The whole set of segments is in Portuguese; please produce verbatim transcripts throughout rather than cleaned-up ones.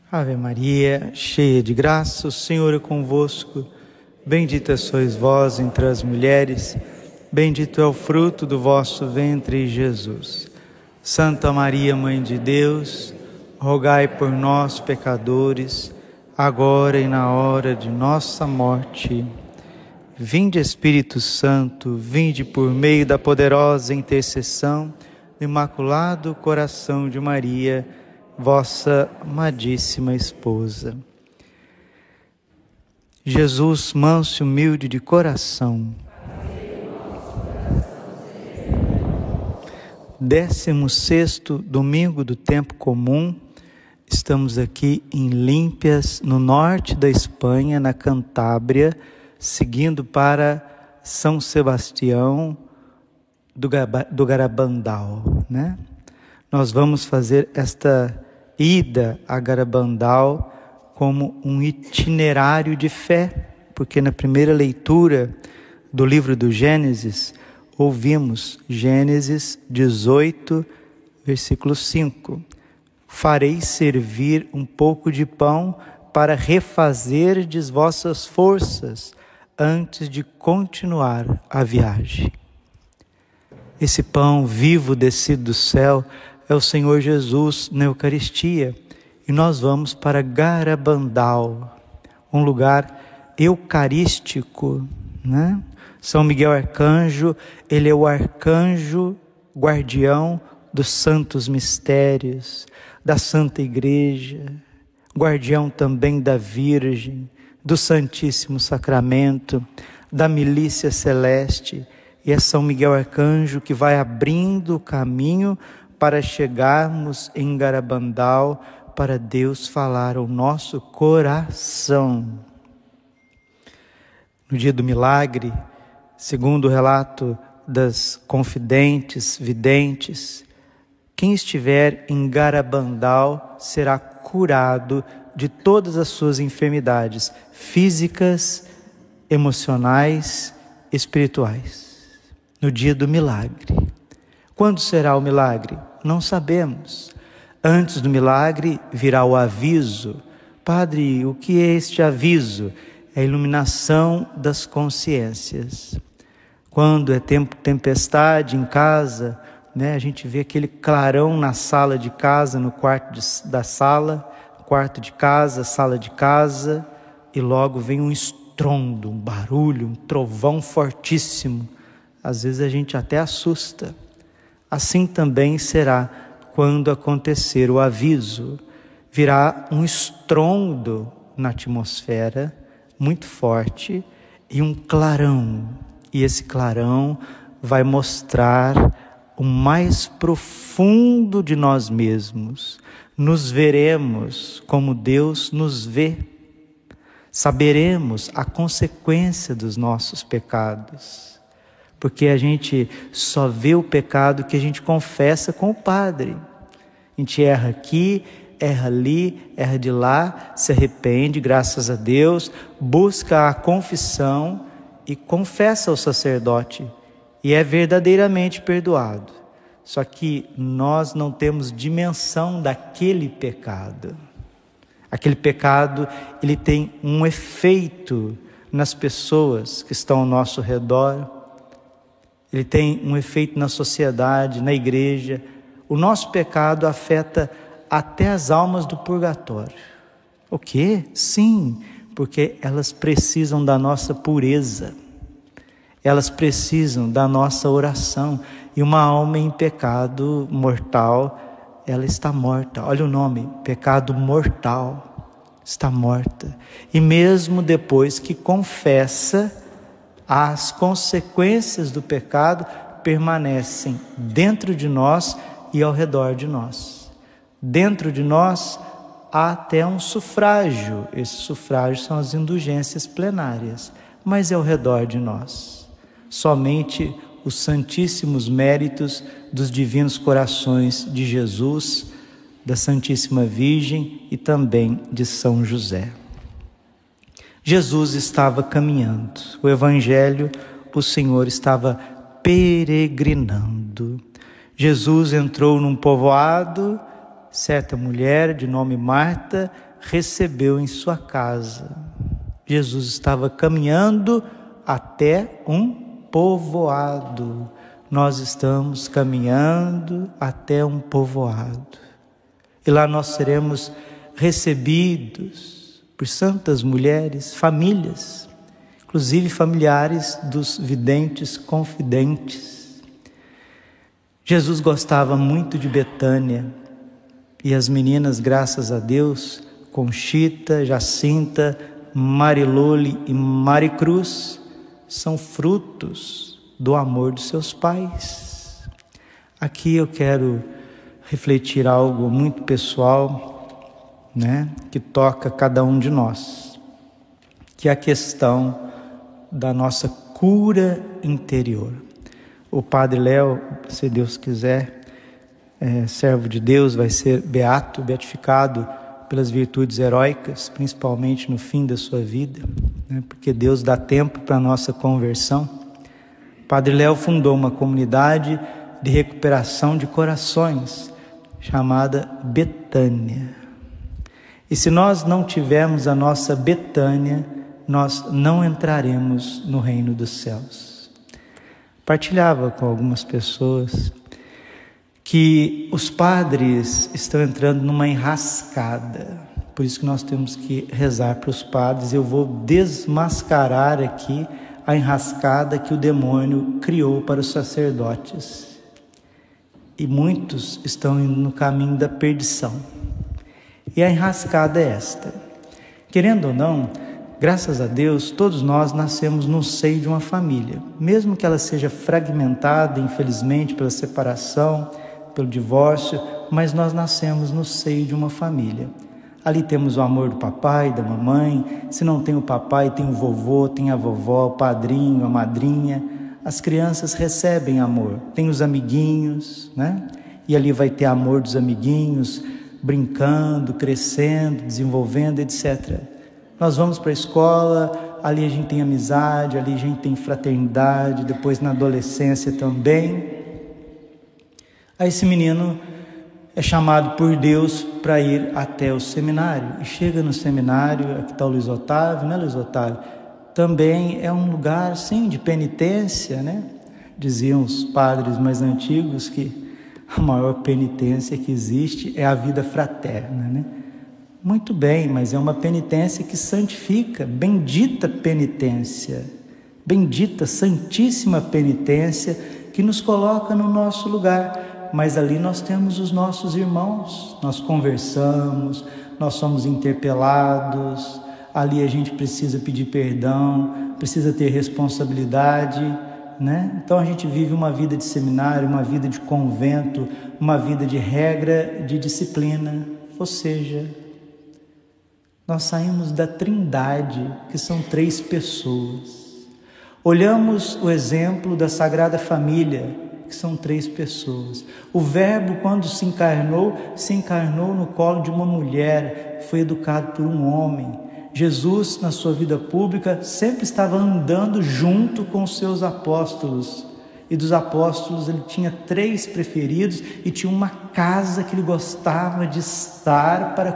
Ave Maria, cheia de graça, o Senhor é convosco. Bendita sois vós entre as mulheres, bendito é o fruto do vosso ventre, Jesus. Santa Maria, Mãe de Deus, rogai por nós, pecadores, agora e na hora de nossa morte. Vinde, Espírito Santo, vinde por meio da poderosa intercessão do Imaculado Coração de Maria, vossa amadíssima esposa. Jesus, manso e humilde de coração, décimo sexto domingo do tempo comum, estamos aqui em Límpias, no norte da Espanha, na Cantábria, seguindo para São Sebastião do Garabandal, né? Nós vamos fazer esta ida a Garabandal como um itinerário de fé, porque na primeira leitura do livro do Gênesis, ouvimos Gênesis dezoito, versículo cinco. Fareis servir um pouco de pão para refazerdes vossas forças antes de continuar a viagem. Esse pão vivo descido do céu é o Senhor Jesus na Eucaristia. E nós vamos para Garabandal, um lugar eucarístico, né? São Miguel Arcanjo, ele é o arcanjo guardião dos santos mistérios, da Santa Igreja, guardião também da Virgem, do Santíssimo Sacramento, da milícia celeste. E é São Miguel Arcanjo que vai abrindo o caminho para chegarmos em Garabandal, para Deus falar ao nosso coração. No dia do milagre, segundo o relato das confidentes, videntes, quem estiver em Garabandal será curado de todas as suas enfermidades físicas, emocionais, espirituais. No dia do milagre. Quando será o milagre? Não sabemos. Antes do milagre virá o aviso. Padre, o que é este aviso? É a iluminação das consciências. Quando é tempo de tempestade em casa, né, a gente vê aquele clarão na sala de casa, no quarto de, da sala, quarto de casa, sala de casa, e logo vem um estrondo, um barulho, um trovão fortíssimo. Às vezes a gente até assusta. Assim também será quando acontecer o aviso. Virá um estrondo na atmosfera, muito forte, e um clarão. E esse clarão vai mostrar o mais profundo de nós mesmos. Nos veremos como Deus nos vê. Saberemos a consequência dos nossos pecados. Porque a gente só vê o pecado que a gente confessa com o Padre. A gente erra aqui, erra ali, erra de lá, se arrepende, graças a Deus, busca a confissão e confessa ao sacerdote. E é verdadeiramente perdoado. Só que nós não temos dimensão daquele pecado. Aquele pecado, ele tem um efeito nas pessoas que estão ao nosso redor. Ele tem um efeito na sociedade, na igreja. O nosso pecado afeta até as almas do purgatório. O quê? Sim, porque elas precisam da nossa pureza. Elas precisam da nossa oração. E uma alma em pecado mortal, ela está morta. Olha o nome, pecado mortal. Está morta. E mesmo depois que confessa, as consequências do pecado permanecem dentro de nós e ao redor de nós. Dentro de nós há até um sufrágio. Esse sufrágio são as indulgências plenárias, mas é ao redor de nós. Somente os santíssimos méritos dos divinos corações de Jesus, da Santíssima Virgem e também de São José. Jesus estava caminhando, o Evangelho, o Senhor estava peregrinando. Jesus entrou num povoado certa mulher de nome Marta recebeu em sua casa. Jesus estava caminhando até um povoado. Nós estamos caminhando até um povoado. E lá nós seremos recebidos por santas mulheres, famílias, inclusive familiares dos videntes confidentes. Jesus gostava muito de Betânia, e as meninas, graças a Deus, Conchita, Jacinta, Marilole e Maricruz, são frutos do amor dos seus pais. Aqui eu quero refletir algo muito pessoal, né, que toca cada um de nós, que é a questão da nossa cura interior. O Padre Léo, se Deus quiser, é, servo de Deus, vai ser beato, beatificado pelas virtudes heróicas, principalmente no fim da sua vida, né, porque Deus dá tempo para a nossa conversão. O Padre Léo fundou uma comunidade de recuperação de corações, chamada Betânia. E se nós não tivermos a nossa Betânia, nós não entraremos no reino dos céus. Partilhava com algumas pessoas que os padres estão entrando numa enrascada. Por isso que nós temos que rezar para os padres. Eu vou desmascarar aqui a enrascada que o demônio criou para os sacerdotes. E muitos estão indo no caminho da perdição. E a enrascada é esta. Querendo ou não, graças a Deus, todos nós nascemos no seio de uma família. Mesmo que ela seja fragmentada, infelizmente, pela separação, pelo divórcio, mas nós nascemos no seio de uma família. Ali temos o amor do papai, da mamãe. Se não tem o papai, tem o vovô, tem a vovó, o padrinho, a madrinha. As crianças recebem amor. Tem os amiguinhos, né? E ali vai ter amor dos amiguinhos, brincando, crescendo, desenvolvendo, etcétera. Nós vamos para a escola, ali a gente tem amizade, ali a gente tem fraternidade, depois na adolescência também. Aí esse menino é chamado por Deus para ir até o seminário. E chega no seminário, aqui está o Luiz Otávio, né, Luiz Otávio? Também é um lugar, sim, de penitência, né? Diziam os padres mais antigos que a maior penitência que existe é a vida fraterna, né? Muito bem, mas é uma penitência que santifica, bendita penitência, bendita, santíssima penitência que nos coloca no nosso lugar. Mas ali nós temos os nossos irmãos, nós conversamos, nós somos interpelados, ali a gente precisa pedir perdão, precisa ter responsabilidade, né? Então a gente vive uma vida de seminário, uma vida de convento, uma vida de regra, de disciplina, ou seja, nós saímos da trindade, que são três pessoas. Olhamos o exemplo da Sagrada Família, que são três pessoas. O Verbo, quando se encarnou, se encarnou no colo de uma mulher, foi educado por um homem. Jesus, na sua vida pública, sempre estava andando junto com os seus apóstolos. E dos apóstolos ele tinha três preferidos e tinha uma casa que ele gostava de estar para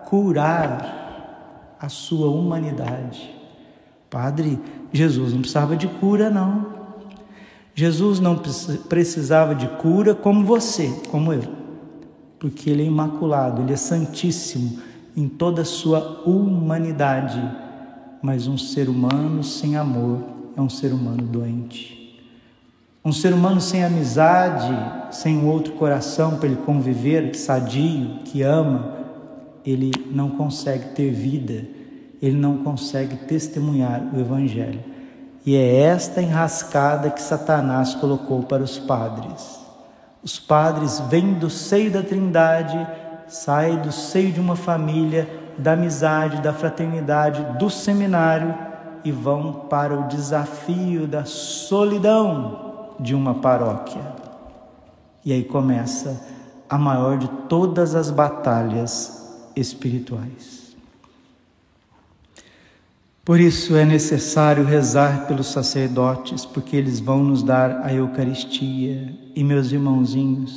curar a sua humanidade. Padre, Jesus não precisava de cura, não. Jesus não precisava de cura como você, como eu, porque ele é imaculado, ele é santíssimo em toda a sua humanidade, mas um ser humano sem amor é um ser humano doente. Um ser humano sem amizade, sem um outro coração para ele conviver, sadio, que ama, ele não consegue ter vida, ele não consegue testemunhar o Evangelho. E é esta enrascada que Satanás colocou para os padres. Os padres vêm do seio da Trindade, saem do seio de uma família, da amizade, da fraternidade, do seminário e vão para o desafio da solidão de uma paróquia. E aí começa a maior de todas as batalhas espirituais. Por isso é necessário rezar pelos sacerdotes, porque eles vão nos dar a Eucaristia. E meus irmãozinhos,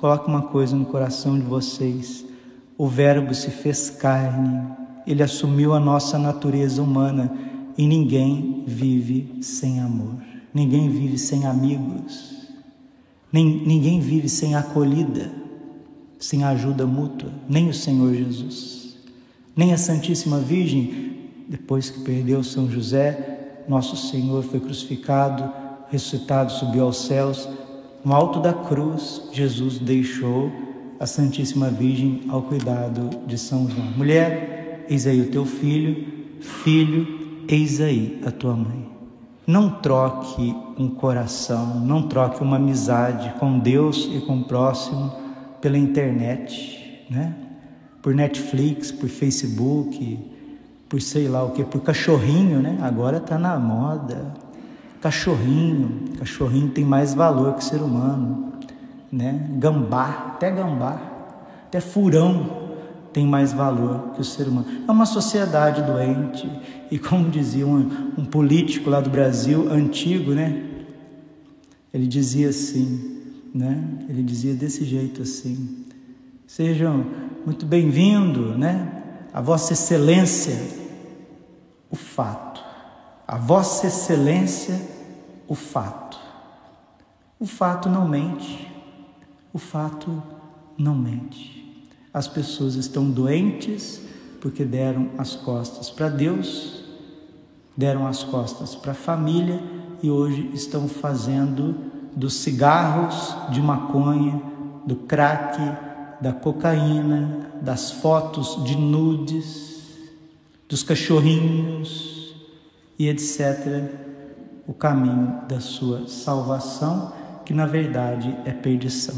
coloque uma coisa no coração de vocês: o Verbo se fez carne, Ele assumiu a nossa natureza humana, e ninguém vive sem amor, ninguém vive sem amigos, nem, ninguém vive sem acolhida, sem ajuda mútua, nem o Senhor Jesus, nem a Santíssima Virgem. Depois que perdeu São José, nosso Senhor foi crucificado, ressuscitado, subiu aos céus. No alto da cruz, Jesus deixou a Santíssima Virgem ao cuidado de São João. Mulher, eis aí o teu filho. Filho, eis aí a tua mãe. Não troque um coração, não troque uma amizade com Deus e com o próximo pela internet, né? Por Netflix, por Facebook, por sei lá o que, por cachorrinho, né? Agora está na moda. Cachorrinho, cachorrinho tem mais valor que ser humano, né? Gambá, até gambá, até furão tem mais valor que o ser humano. É uma sociedade doente. E como dizia um, um político lá do Brasil, antigo, né? Ele dizia assim, né? Ele dizia desse jeito assim: sejam muito bem-vindos, né? A Vossa Excelência, o fato. A Vossa Excelência, o fato. O fato não mente. O fato não mente. As pessoas estão doentes porque deram as costas para Deus, deram as costas para a família e hoje estão fazendo dos cigarros de maconha, do crack, da cocaína, das fotos de nudes, dos cachorrinhos e etcétera, o caminho da sua salvação, que na verdade é perdição.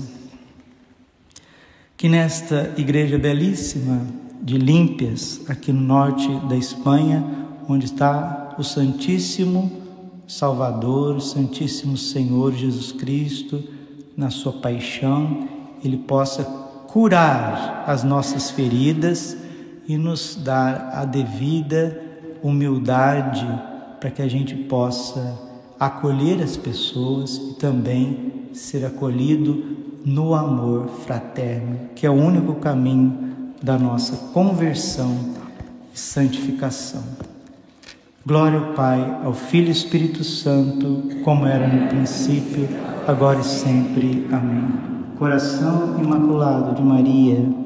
Que nesta igreja belíssima de Límpias, aqui no norte da Espanha, onde está o Santíssimo Salvador, o Santíssimo Senhor Jesus Cristo, na sua paixão, Ele possa curar as nossas feridas e nos dar a devida humildade para que a gente possa acolher as pessoas e também ser acolhido no amor fraterno, que é o único caminho da nossa conversão e santificação. Glória ao Pai, ao Filho e Espírito Santo, como era no princípio, agora e sempre. Amém. Coração Imaculado de Maria,